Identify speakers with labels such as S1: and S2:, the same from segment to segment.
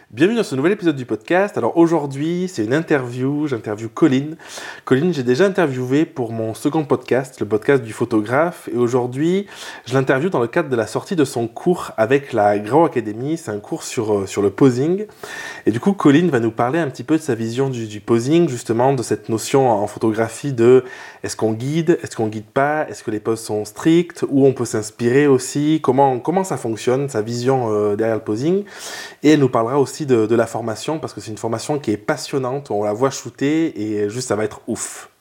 S1: Bienvenue dans ce nouvel épisode du podcast. Alors aujourd'hui, c'est une interview, j'interviewe Colline. Colline, j'ai déjà interviewé pour mon second podcast, le podcast du photographe. Et aujourd'hui, je l'interviewe dans le cadre de la sortie de son cours avec la Grau Academy. C'est un cours sur le posing. Et du coup, Colline va nous parler un petit peu de sa vision du posing, justement, de cette notion en photographie de est-ce qu'on guide pas, est-ce que les poses sont strictes, où on peut s'inspirer aussi, comment ça fonctionne, sa vision derrière le posing. Et elle nous parlera aussi de la formation, parce que c'est une formation qui est passionnante, on la voit shooter et juste ça va être ouf.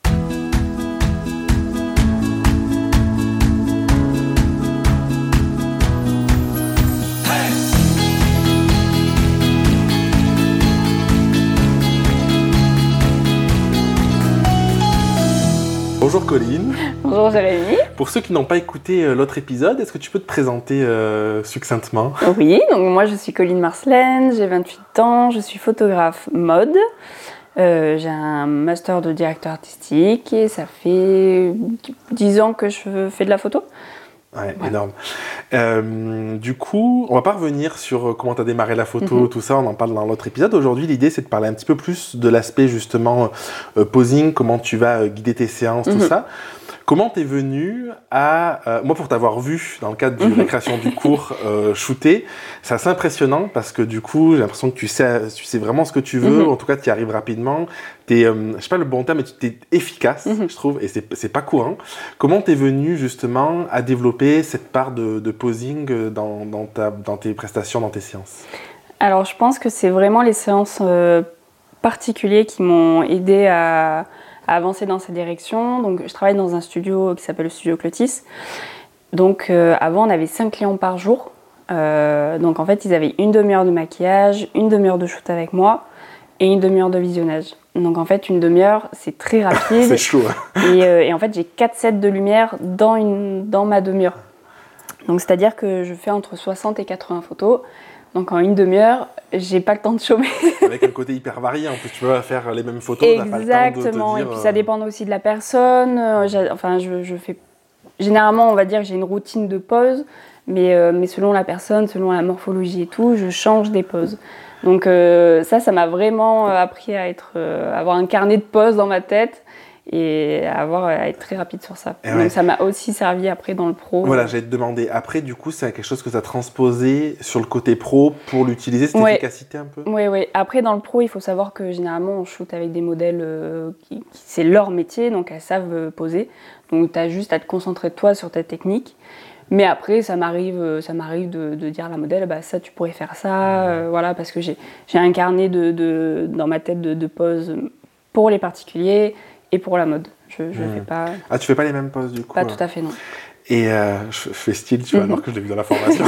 S1: Bonjour Colline.
S2: Bonjour Jérémy.
S1: Pour ceux qui n'ont pas écouté l'autre épisode, est-ce que tu peux te présenter succinctement ?
S2: Oui, donc moi je suis Colline Marcelaine, j'ai 28 ans, je suis photographe mode. J'ai un master de directeur artistique et ça fait 10 ans que je fais de la photo.
S1: Ouais, énorme. Du coup, on va pas revenir sur comment tu as démarré la photo, tout ça, on en parle dans l'autre épisode. Aujourd'hui, l'idée, c'est de parler un petit peu plus de l'aspect, justement, posing, comment tu vas guider tes séances, tout ça. Comment t'es venu à... moi, pour t'avoir vu dans le cadre de la création du cours shooter, c'est assez impressionnant parce que du coup, j'ai l'impression que tu sais vraiment ce que tu veux. En tout cas, tu y arrives rapidement. T'es, je sais pas le bon terme, mais tu es efficace, je trouve, et c'est pas courant. Comment t'es venu justement à développer cette part de posing dans tes prestations, dans tes séances ?
S2: Alors, je pense que c'est vraiment les séances particulières qui m'ont aidée à avancer dans cette direction. Donc, je travaille dans un studio qui s'appelle le studio Clotis. Donc, avant, on avait 5 clients par jour. Donc, en fait, ils avaient une demi-heure de maquillage, une demi-heure de shoot avec moi et une demi-heure de visionnage. Donc, en fait, une demi-heure, c'est très rapide.
S1: C'est chaud.
S2: Et en fait, j'ai 4 sets de lumière dans ma demi-heure. Donc, c'est-à-dire que je fais entre 60 et 80 photos. Donc en une demi-heure, j'ai pas le temps de chômer.
S1: Avec un côté hyper varié, en plus tu vas faire les mêmes photos,
S2: exactement.
S1: t'as pas le temps de te dire...
S2: Et puis ça dépend aussi de la personne. Je fais... Généralement, on va dire que j'ai une routine de pose, mais selon la personne, selon la morphologie et tout, je change des poses. Donc ça m'a vraiment appris à avoir un carnet de poses dans ma tête et à être très rapide sur ça.
S1: Et
S2: donc
S1: ouais.
S2: Ça m'a aussi servi après dans le pro.
S1: Voilà, j'allais te demander. Après, du coup, c'est quelque chose que tu as transposé sur le côté pro pour l'utiliser, cette efficacité un peu ?
S2: Oui. Après, dans le pro, il faut savoir que généralement, on shoot avec des modèles qui c'est leur métier, donc elles savent poser. Donc, tu as juste à te concentrer toi sur ta technique. Mais après, ça m'arrive de dire à la modèle, bah, ça, tu pourrais faire ça. Voilà, parce que j'ai un carnet dans ma tête de poses pour les particuliers et pour la mode. Je fais pas...
S1: Ah, tu fais pas les mêmes poses du coup ?
S2: Pas tout à fait, non.
S1: Et je fais style, tu vois, alors que je l'ai vu dans la formation.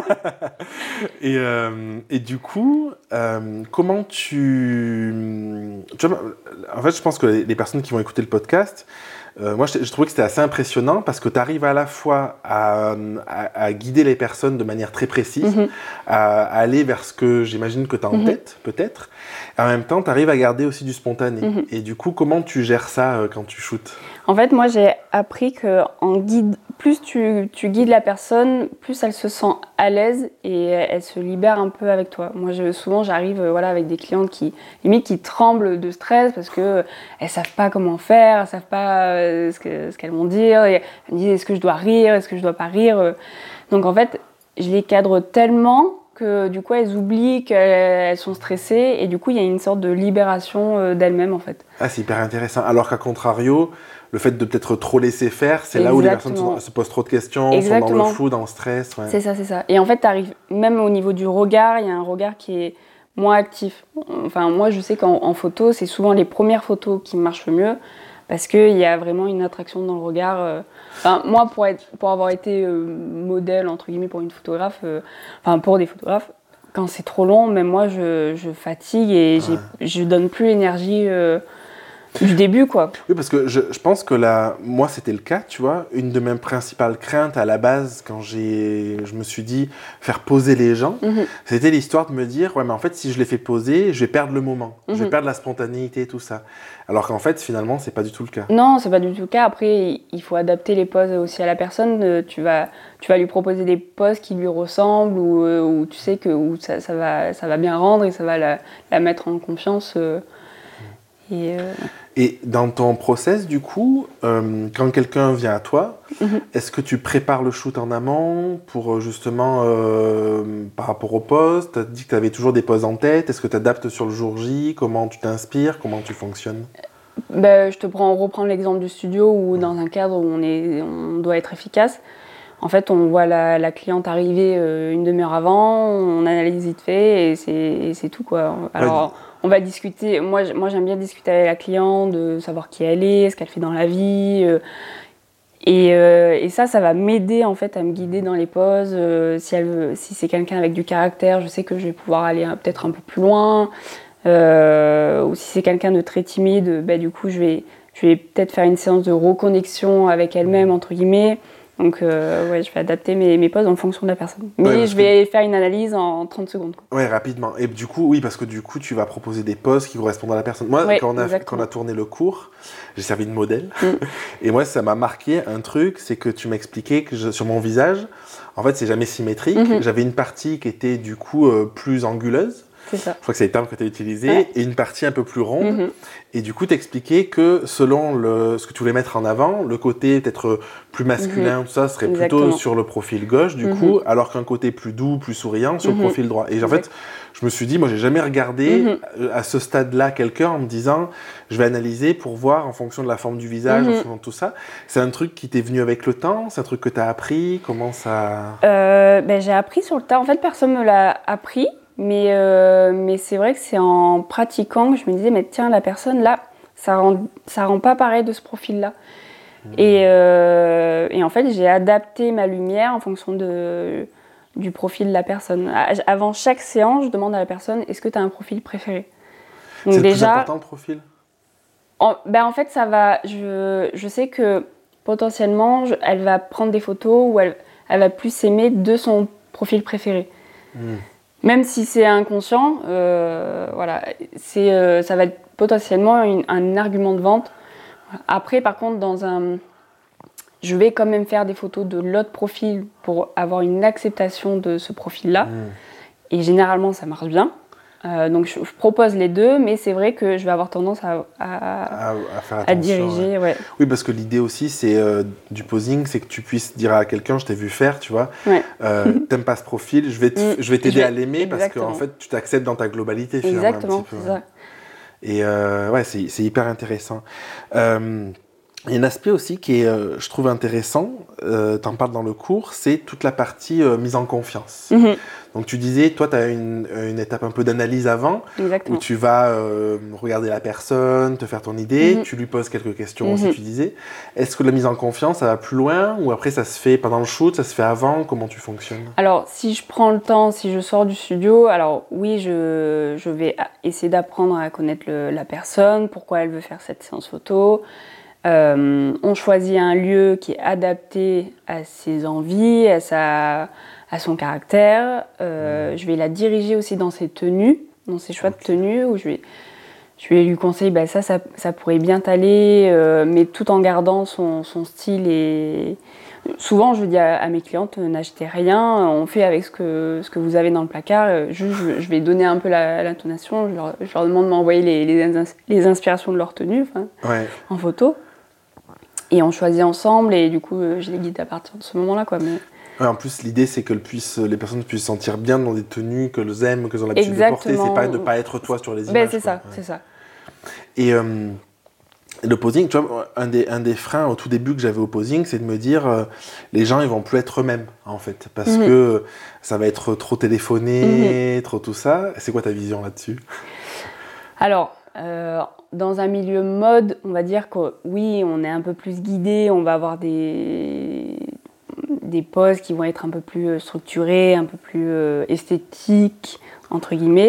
S1: Et du coup, comment tu vois, en fait, je pense que les personnes qui vont écouter le podcast, moi, je trouvais que c'était assez impressionnant parce que tu arrives à la fois à guider les personnes de manière très précise, à aller vers ce que j'imagine que tu as en tête, peut-être. Et en même temps, tu arrives à garder aussi du spontané. Et du coup, comment tu gères ça quand tu shootes ?
S2: En fait, moi, j'ai appris que plus tu guides la personne, plus elle se sent à l'aise et elle se libère un peu avec toi. Moi, souvent, j'arrive avec des clientes qui tremblent de stress parce que elles savent pas comment faire, elles savent pas ce qu'elles vont dire. Et elles me disent, est-ce que je dois rire, est-ce que je dois pas rire. Donc, en fait, je les cadre tellement que du coup, elles oublient qu'elles sont stressées et du coup, il y a une sorte de libération d'elles-mêmes, en fait.
S1: Ah, c'est hyper intéressant. Alors qu'à contrario, le fait de peut-être trop laisser faire, c'est là où les personnes se posent trop de questions, sont dans le flou, dans le stress. Ouais.
S2: C'est ça. Et en fait, t'arrives, même au niveau du regard, il y a un regard qui est moins actif. Enfin, moi, je sais qu'en photo, c'est souvent les premières photos qui marchent le mieux parce qu'il y a vraiment une attraction dans le regard. Moi, pour avoir été modèle, entre guillemets, pour une photographe, pour des photographes, quand c'est trop long, même moi, je fatigue et je donne plus l'énergie du début, quoi.
S1: Oui, parce que je pense que moi, c'était le cas, tu vois. Une de mes principales craintes à la base, quand je me suis dit faire poser les gens, c'était l'histoire de me dire, ouais, mais en fait, si je les fais poser, je vais perdre le moment, je vais perdre la spontanéité, tout ça. Alors qu'en fait, finalement, c'est pas du tout le cas.
S2: Non, c'est pas du tout le cas. Après, il faut adapter les poses aussi à la personne. Tu vas lui proposer des poses qui lui ressemblent ou tu sais que où ça va bien rendre et ça va la mettre en confiance.
S1: Et dans ton process, du coup, quand quelqu'un vient à toi, est-ce que tu prépares le shoot en amont pour justement, par rapport au poses, tu as dit que tu avais toujours des poses en tête, est-ce que tu adaptes sur le jour J, comment tu t'inspires, comment tu fonctionnes?
S2: Ben, on reprend l'exemple du studio où dans un cadre où on doit être efficace. En fait, on voit la cliente arriver une demi-heure avant, on analyse vite fait et c'est tout, quoi. Alors, on va discuter. Moi, j'aime bien discuter avec la cliente, de savoir qui elle est, ce qu'elle fait dans la vie. Et ça va m'aider en fait à me guider dans les poses. Si c'est quelqu'un avec du caractère, je sais que je vais pouvoir aller peut-être un peu plus loin. Ou si c'est quelqu'un de très timide, du coup, je vais peut-être faire une séance de reconnexion avec elle-même, entre guillemets. Donc, je vais adapter mes poses en fonction de la personne. Mais je vais faire une analyse en 30 secondes.
S1: Ouais, rapidement. Et du coup, oui, parce que du coup, tu vas proposer des poses qui correspondent à la personne. Moi, quand on a tourné le cours, j'ai servi de modèle. Et moi, ça m'a marqué un truc, c'est que tu m'expliquais que sur mon visage, en fait, c'est jamais symétrique. J'avais une partie qui était du coup plus anguleuse.
S2: C'est ça.
S1: Je crois que c'est les termes que tu as utilisés, et une partie un peu plus ronde. Et du coup, tu expliquais que selon ce que tu voulais mettre en avant, le côté peut-être plus masculin, tout ça, serait plutôt sur le profil gauche, du coup, alors qu'un côté plus doux, plus souriant, sur le profil droit. Et en fait, je me suis dit, moi, j'ai jamais regardé à ce stade-là quelqu'un en me disant, je vais analyser pour voir en fonction de la forme du visage, en fonction de tout ça. C'est un truc qui t'est venu avec le temps? C'est un truc que tu as appris? Comment ça...
S2: J'ai appris sur le tas. En fait, personne me l'a appris. Mais c'est vrai que c'est en pratiquant que je me disais, mais tiens, la personne là, ça rend pas pareil de ce profil-là. Et en fait, j'ai adapté ma lumière en fonction du profil de la personne. Avant chaque séance, je demande à la personne, est-ce que tu as un profil préféré?
S1: Donc c'est déjà, plus important le profil?
S2: En fait, ça va. Je sais que potentiellement, elle va prendre des photos où elle va plus s'aimer de son profil préféré. Même si c'est inconscient, voilà, ça va être potentiellement un argument de vente. Après, par contre, je vais quand même faire des photos de l'autre profil pour avoir une acceptation de ce profil-là. Et généralement, ça marche bien. Donc, je propose les deux, mais c'est vrai que je vais avoir tendance à faire attention, à diriger. Ouais.
S1: Oui, parce que l'idée aussi, c'est du posing, c'est que tu puisses dire à quelqu'un, je t'ai vu faire, tu vois, t'aimes pas ce profil, je vais t'aider à l'aimer parce qu'en fait, tu t'acceptes dans ta globalité, finalement.
S2: Exactement, c'est ça.
S1: Et c'est hyper intéressant. Il y a un aspect aussi qui est, je trouve intéressant, t'en parles dans le cours, c'est toute la partie mise en confiance. Donc tu disais, toi tu as une étape un peu d'analyse avant, où tu vas regarder la personne, te faire ton idée, tu lui poses quelques questions aussi, tu disais. Est-ce que la mise en confiance, ça va plus loin, ou après ça se fait pendant le shoot, ça se fait avant, comment tu fonctionnes?
S2: Alors si je prends le temps, si je sors du studio, alors oui, je vais essayer d'apprendre à connaître la personne, pourquoi elle veut faire cette séance photo. On choisit un lieu qui est adapté à ses envies, à son caractère. Je vais la diriger aussi dans ses tenues, dans ses choix de tenues, où je vais lui conseiller, ça pourrait bien t'aller, mais tout en gardant son style. Et souvent, je dis à mes clientes, n'achetez rien, on fait avec ce que vous avez dans le placard. Je vais donner un peu l'intonation, je leur demande de m'envoyer les inspirations de leur tenue en photo. Et on choisit ensemble, et du coup, je les guide à partir de ce moment-là, quoi. Mais...
S1: Ouais, en plus, l'idée, c'est que les personnes puissent se sentir bien dans des tenues qu'elles aiment, qu'elles ont l'habitude de porter. C'est pas de ne pas être toi sur les images.
S2: C'est ça.
S1: Et le posing, tu vois, un des freins au tout début que j'avais au posing, c'est de me dire, les gens, ils vont plus être eux-mêmes, en fait. Parce que ça va être trop téléphoné, trop tout ça. C'est quoi ta vision là-dessus?
S2: Alors... dans un milieu mode, on va dire que oui, on est un peu plus guidé, on va avoir des poses qui vont être un peu plus structurées, un peu plus esthétiques, entre guillemets.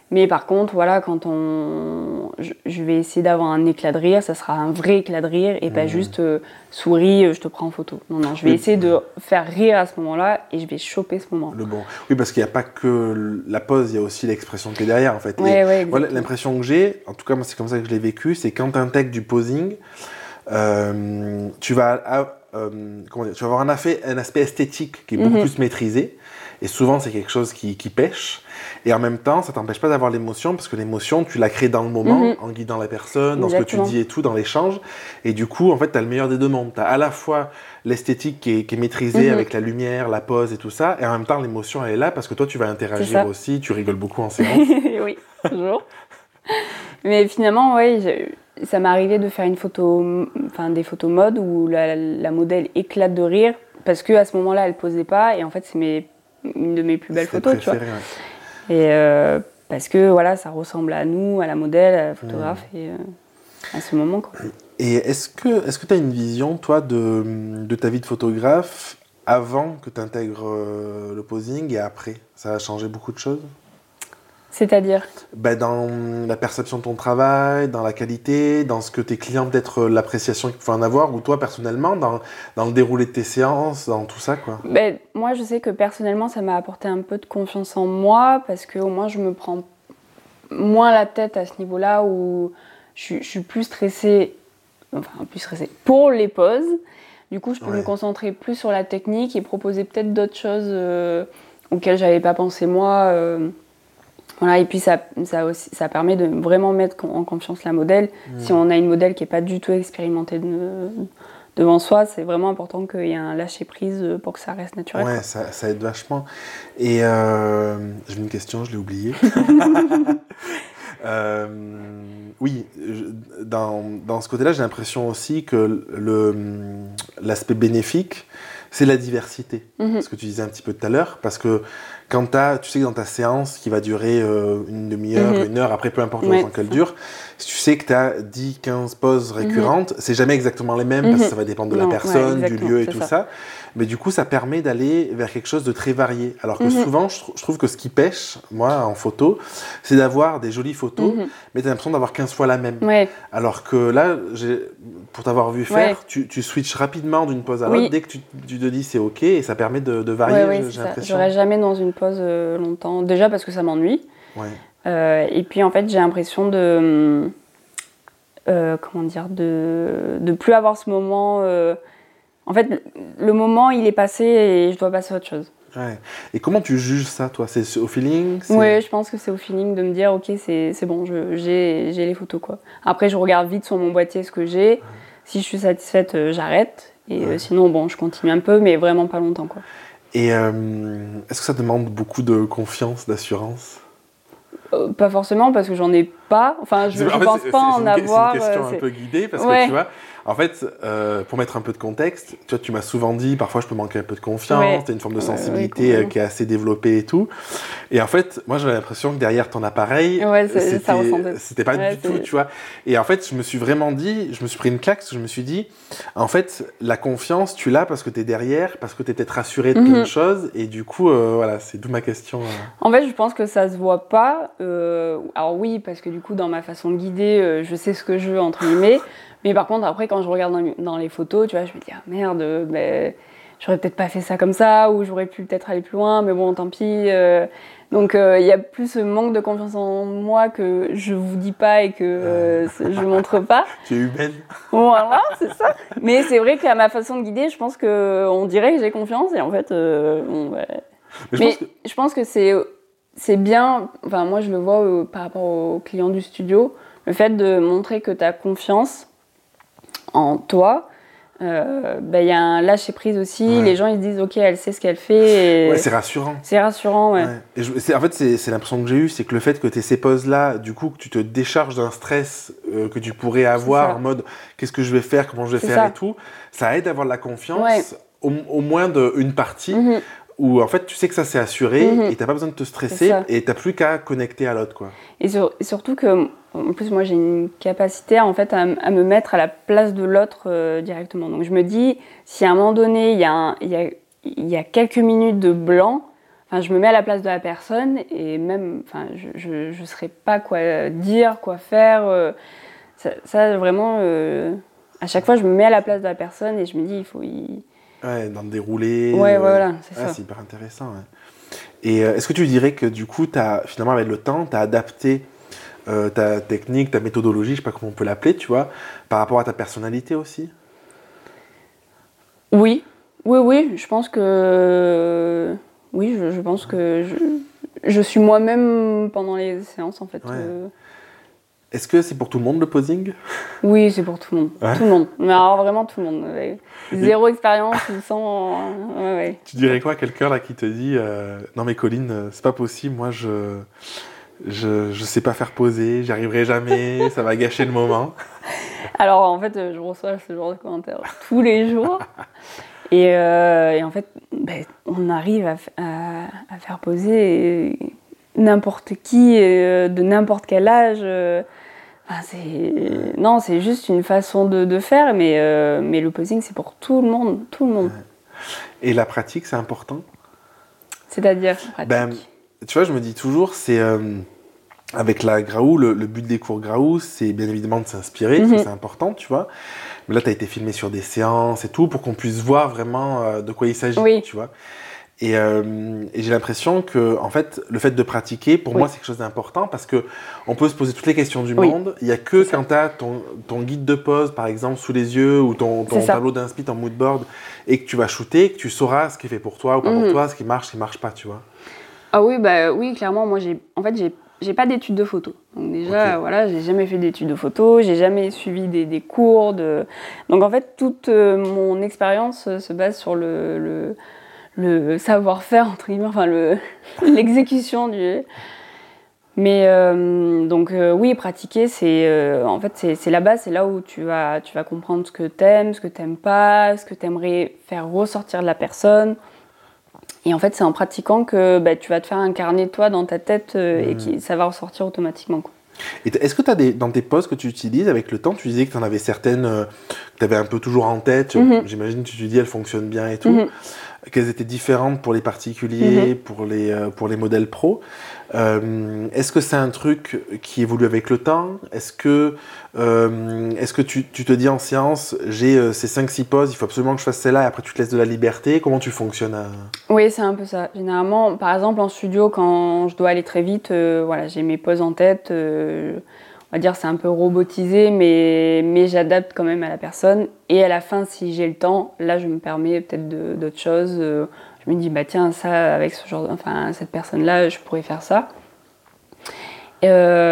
S2: Mais par contre, voilà, je vais essayer d'avoir un éclat de rire, ça sera un vrai éclat de rire et pas juste souris, je te prends en photo. Non, je vais essayer de faire rire à ce moment-là et je vais choper ce moment.
S1: Le bon. Oui, parce qu'il n'y a pas que la pose, il y a aussi l'expression qui est derrière, en fait. Moi, l'impression que j'ai, en tout cas, moi, c'est comme ça que je l'ai vécu, c'est quand tu intègres du posing, tu vas avoir un aspect esthétique qui est beaucoup plus maîtrisé. Et souvent, c'est quelque chose qui pêche. Et en même temps, ça ne t'empêche pas d'avoir l'émotion, parce que l'émotion, tu la crées dans le moment, en guidant la personne, dans ce que tu dis et tout, dans l'échange. Et du coup, en fait, tu as le meilleur des deux mondes. Tu as à la fois l'esthétique qui est maîtrisée avec la lumière, la pose et tout ça, et en même temps, l'émotion, elle est là, parce que toi, tu vas interagir aussi, tu rigoles beaucoup en séance.
S2: Oui, toujours. Mais finalement, oui, ça m'est arrivé de faire des photos mode où la modèle éclate de rire, parce qu'à ce moment-là, elle ne posait pas, et en fait, c'est une de mes plus belles photos, tu vois. Et parce que voilà, ça ressemble à nous, à la modèle, à la photographe, et à ce moment, quoi.
S1: Et est-ce que tu as une vision, toi, de ta vie de photographe avant que tu intègres le posing et après? Ça a changé beaucoup de choses?
S2: C'est-à-dire?
S1: Dans la perception de ton travail, dans la qualité, dans ce que tes clients, peut-être l'appréciation qu'ils pouvaient en avoir, ou toi personnellement, dans le déroulé de tes séances, dans tout ça, quoi.
S2: Moi, je sais que personnellement, ça m'a apporté un peu de confiance en moi, parce qu'au moins, je me prends moins la tête à ce niveau-là, où je suis plus stressée pour les poses. Du coup, je peux me concentrer plus sur la technique et proposer peut-être d'autres choses auxquelles j'avais pas pensé moi. Voilà, et puis ça permet de vraiment mettre en confiance la modèle. Si on a une modèle qui n'est pas du tout expérimentée devant soi, c'est vraiment important qu'il y ait un lâcher-prise pour que ça reste naturel.
S1: Ouais, ça aide vachement. Et j'ai une question, je l'ai oubliée. Oui, dans ce côté-là, j'ai l'impression aussi que l'aspect bénéfique, c'est la diversité. Ce que tu disais un petit peu tout à l'heure, parce que quand tu sais que dans ta séance qui va durer une demi-heure, une heure, après peu importe le temps qu'elle dure, si tu sais que tu as 10, 15 poses récurrentes, c'est jamais exactement les mêmes, parce que ça va dépendre de la personne, du lieu et tout ça. Mais du coup, ça permet d'aller vers quelque chose de très varié. Alors que souvent, je trouve que ce qui pêche, moi, en photo, c'est d'avoir des jolies photos, mais tu as l'impression d'avoir 15 fois la même.
S2: Ouais.
S1: Alors que là, pour t'avoir vu faire, tu switches rapidement d'une pose à l'autre, dès que tu te dis c'est OK, et ça permet de varier, j'ai l'impression.
S2: J'aurais jamais dans une pose longtemps. Déjà parce que ça m'ennuie. Ouais. Et puis en fait, j'ai l'impression de plus avoir ce moment. En fait, le moment, il est passé et je dois passer à autre chose.
S1: Ouais. Et comment tu juges ça, toi? C'est au feeling?
S2: Oui, je pense que c'est au feeling de me dire, OK, c'est bon, j'ai les photos, quoi. Après, je regarde vite sur mon boîtier ce que j'ai. Si je suis satisfaite, j'arrête. Et sinon, bon, je continue un peu, mais vraiment pas longtemps, quoi.
S1: Et est-ce que ça demande beaucoup de confiance, d'assurance?
S2: Pas forcément, parce que j'en ai pas. Enfin, je pense pas en avoir.
S1: C'est une question un peu guidée, parce que tu vois, en fait, pour mettre un peu de contexte, tu m'as souvent dit, parfois je peux manquer un peu de confiance, tu as une forme de sensibilité qui est assez développée et tout. Et en fait, moi j'avais l'impression que derrière ton appareil, c'était pas du tout, tu vois. Et en fait, je me suis pris une claque, parce que je me suis dit, en fait, la confiance, tu l'as parce que tu es derrière, parce que tu es peut-être rassuré de plein de choses, et du coup, voilà, c'est d'où ma question.
S2: En fait, je pense que ça se voit pas. Alors oui, parce que du coup, dans ma façon de guider, je sais ce que je veux, entre guillemets. Mais par contre, après, quand je regarde dans les photos, tu vois, je me dis, ah merde, j'aurais peut-être pas fait ça comme ça, ou j'aurais pu peut-être aller plus loin, mais bon, tant pis. Donc, il y a plus ce manque de confiance en moi que je vous dis pas et que je montre pas.
S1: Tu es humaine.
S2: Voilà, c'est ça. Mais c'est vrai qu'à ma façon de guider, je pense qu'on dirait que j'ai confiance, et en fait, je pense que c'est bien, enfin moi je le vois par rapport aux clients du studio, le fait de montrer que tu as confiance en toi, y a un lâcher prise aussi, les gens ils se disent ok, elle sait ce qu'elle fait.
S1: Ouais, c'est rassurant.
S2: C'est rassurant, ouais.
S1: Et en fait, c'est l'impression que j'ai eue, c'est que le fait que tu aies ces pauses-là, du coup, que tu te décharges d'un stress que tu pourrais avoir en mode qu'est-ce que je vais faire, comment je vais faire et tout, ça aide à avoir de la confiance, au moins d'une partie. Où en fait tu sais que ça c'est assuré et t'as pas besoin de te stresser et t'as plus qu'à connecter à l'autre, quoi. Et
S2: surtout que en plus moi j'ai une capacité en fait à me mettre à la place de l'autre directement. Donc je me dis si à un moment donné il y a quelques minutes de blanc, enfin, je me mets à la place de la personne et même, enfin, je ne saurais pas quoi dire, quoi faire. Ça vraiment, à chaque fois, je me mets à la place de la personne et je me dis, il faut y...
S1: Ouais, dans le déroulé.
S2: Ouais, voilà, c'est ça.
S1: C'est hyper intéressant. Ouais. Et est-ce que tu dirais que du coup, finalement, avec le temps, tu as adapté ta technique, ta méthodologie, je sais pas comment on peut l'appeler, tu vois, par rapport à ta personnalité aussi?
S2: Oui, oui, je pense que... Oui, je pense que je suis moi-même pendant les séances, en fait.
S1: Ouais. Est-ce que c'est pour tout le monde, le posing?
S2: Oui, c'est pour tout le monde.
S1: Ouais.
S2: Tout le monde. Mais alors vraiment tout le monde. Ouais. Zéro expérience, sans... Ouais.
S1: Tu dirais quoi à quelqu'un là qui te dit non mais Colline, c'est pas possible, moi je sais pas faire poser, j'y arriverai jamais, ça va gâcher le moment.
S2: Alors en fait, je reçois ce genre de commentaires tous les jours. Et en fait, on arrive à faire poser n'importe qui, de n'importe quel âge. Non, c'est juste une façon de faire, mais le posing, c'est pour tout le monde. Tout le monde.
S1: Et la pratique, c'est important?
S2: C'est-à-dire, pratique.
S1: Tu vois, je me dis toujours, c'est... avec la Graou, le but des cours Graou, c'est bien évidemment de s'inspirer, parce que c'est important, tu vois. Mais là, tu as été filmé sur des séances et tout, pour qu'on puisse voir vraiment de quoi il s'agit, tu vois. Et j'ai l'impression que, en fait, le fait de pratiquer, pour moi, c'est quelque chose d'important, parce que on peut se poser toutes les questions du monde. Il n'y a que quand tu as ton guide de pose, par exemple, sous les yeux, ou ton tableau d'inspi, ton mood board, et que tu vas shooter, que tu sauras ce qui est fait pour toi ou pas pour toi, ce qui marche pas, tu vois.
S2: Ah oui, oui, clairement, moi, j'ai pas d'études de photo. Donc déjà, voilà, j'ai jamais fait d'études de photo, j'ai jamais suivi des cours de... Donc en fait, toute mon expérience se base sur le savoir-faire, entre guillemets, enfin l'exécution du... Mais donc oui, pratiquer, en fait, c'est la base, c'est là où tu vas comprendre ce que t'aimes pas, ce que t'aimerais faire ressortir de la personne. Et en fait, c'est en pratiquant que tu vas te faire un carnet, toi, dans ta tête, et ça va ressortir automatiquement, quoi.
S1: Et est-ce que tu as dans tes poses que tu utilises, avec le temps, tu disais que tu en avais certaines que tu avais un peu toujours en tête, j'imagine que tu te dis elles fonctionnent bien et tout, qu'elles étaient différentes pour les particuliers, pour les modèles pro. Est-ce que c'est un truc qui évolue avec le temps? Est-ce que tu te dis en séance, j'ai ces 5-6 poses, il faut absolument que je fasse celle-là, et après tu te laisses de la liberté? Comment tu fonctionnes
S2: Oui, c'est un peu ça. Généralement, par exemple, en studio, quand je dois aller très vite, voilà, j'ai mes poses en tête. On va dire c'est un peu robotisé, mais j'adapte quand même à la personne. Et à la fin, si j'ai le temps, là, je me permets peut-être d'autres choses. Je me dis, tiens, ça, avec cette personne-là, je pourrais faire ça. Et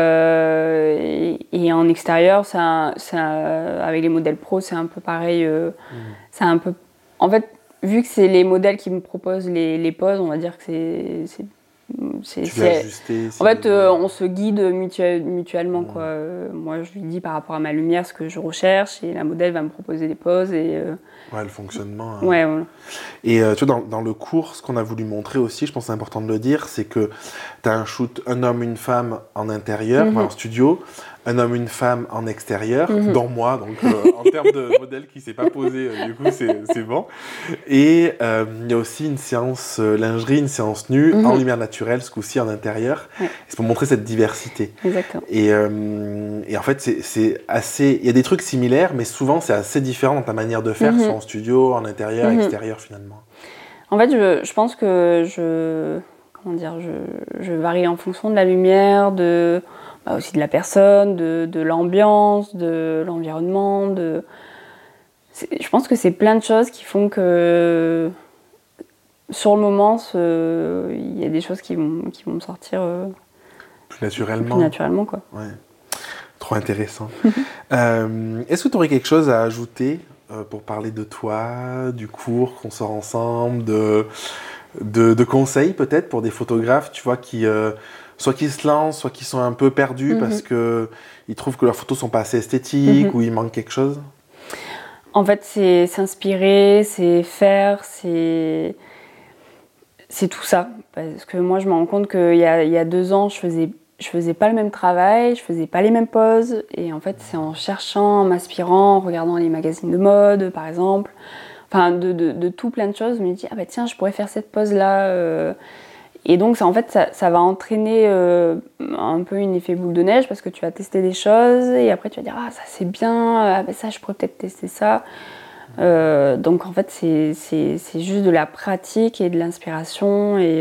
S2: en extérieur, avec les modèles pro, c'est un peu pareil. C'est un peu... En fait, vu que c'est les modèles qui me proposent les poses, on va dire que c'est
S1: ajusté,
S2: en fait, on se guide mutuellement, quoi. Moi, je lui dis par rapport à ma lumière ce que je recherche, et la modèle va me proposer des poses.
S1: Le fonctionnement.
S2: Ouais, voilà.
S1: Et tu vois, dans le cours, ce qu'on a voulu montrer aussi, je pense que c'est important de le dire, c'est que tu as un shoot, un homme, une femme en intérieur, en studio, un homme, une femme en extérieur, dont moi, donc en termes de modèle qui ne s'est pas posé, du coup, c'est bon. Et il y a aussi une séance lingerie, une séance nue, en lumière naturelle, ce coup-ci en intérieur. C'est pour montrer cette diversité.
S2: Exactement.
S1: Et en fait, c'est assez... Il y a des trucs similaires, mais souvent, c'est assez différent dans ta manière de faire, soit en studio, en intérieur, extérieur, finalement.
S2: En fait, je pense que je varie en fonction de la lumière, aussi de la personne, de l'ambiance, de l'environnement. Je pense que c'est plein de choses qui font que sur le moment, il y a des choses qui vont me sortir
S1: plus naturellement.
S2: Plus naturellement, quoi.
S1: Ouais. Trop intéressant. Est-ce que tu aurais quelque chose à ajouter pour parler de toi, du cours qu'on sort ensemble, de conseils peut-être pour des photographes, tu vois, soit qui se lancent, soit qui sont un peu perdus parce qu'ils trouvent que leurs photos sont pas assez esthétiques ou il manque quelque chose?
S2: En fait, c'est s'inspirer, c'est faire, c'est tout ça. Parce que moi, je me rends compte qu'il y a 2 ans, je faisais pas le même travail, je faisais pas les mêmes poses. Et en fait, c'est en cherchant, en m'inspirant, en regardant les magazines de mode, par exemple. Enfin, de tout plein de choses. Je me dis, tiens, je pourrais faire cette pose-là. Et donc, ça, en fait, ça va entraîner un peu un effet boule de neige parce que tu vas tester des choses et après tu vas dire « Ah, ça c'est bien, ça je pourrais peut-être tester ça ». Donc, en fait, c'est juste de la pratique et de l'inspiration et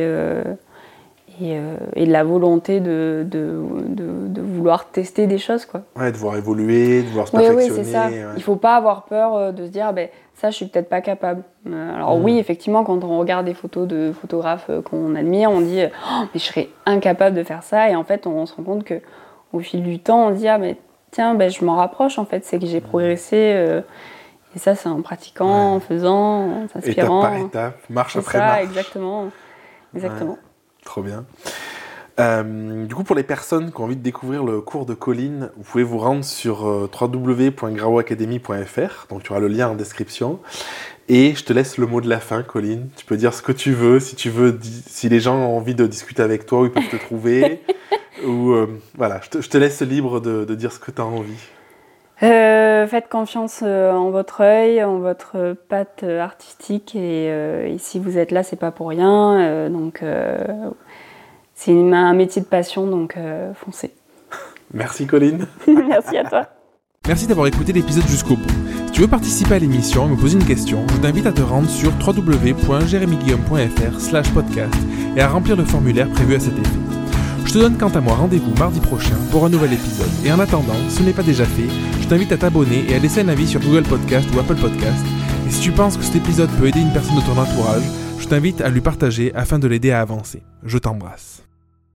S2: de la volonté de vouloir tester des choses, quoi.
S1: Ouais, de voir évoluer, de voir se perfectionner.
S2: Oui, c'est ça.
S1: Ouais.
S2: Il ne faut pas avoir peur de se dire ça, je suis peut-être pas capable. Alors oui, effectivement, quand on regarde des photos de photographes qu'on admire, on dit mais je serais incapable de faire ça. Et en fait, on se rend compte qu'au fil du temps, on dit tiens, je m'en rapproche, en fait. C'est que j'ai progressé. Et ça, c'est en pratiquant, en faisant, en s'inspirant.
S1: Étape par étape, marche après
S2: ça,
S1: marche.
S2: Exactement.
S1: Ouais, trop bien. Du coup, pour les personnes qui ont envie de découvrir le cours de Colline, vous pouvez vous rendre sur www.graoacademy.fr, donc tu auras le lien en description. Et je te laisse le mot de la fin, Colline. Tu peux dire ce que tu veux, si les gens ont envie de discuter avec toi, où ils peuvent te trouver. Ou voilà, je te laisse libre de dire ce que tu as envie.
S2: Faites confiance en votre œil, en votre patte artistique et si vous êtes là, c'est pas pour rien. C'est un métier de passion, donc foncez.
S1: Merci Colline.
S2: Merci à toi.
S3: Merci d'avoir écouté l'épisode jusqu'au bout. Si tu veux participer à l'émission et me poser une question, je t'invite à te rendre sur www.jeremyguillaume.fr/podcast et à remplir le formulaire prévu à cet effet. Je te donne quant à moi rendez-vous mardi prochain pour un nouvel épisode. Et en attendant, si ce n'est pas déjà fait, je t'invite à t'abonner et à laisser un avis sur Google Podcast ou Apple Podcast. Et si tu penses que cet épisode peut aider une personne de ton entourage, je t'invite à lui partager afin de l'aider à avancer. Je t'embrasse.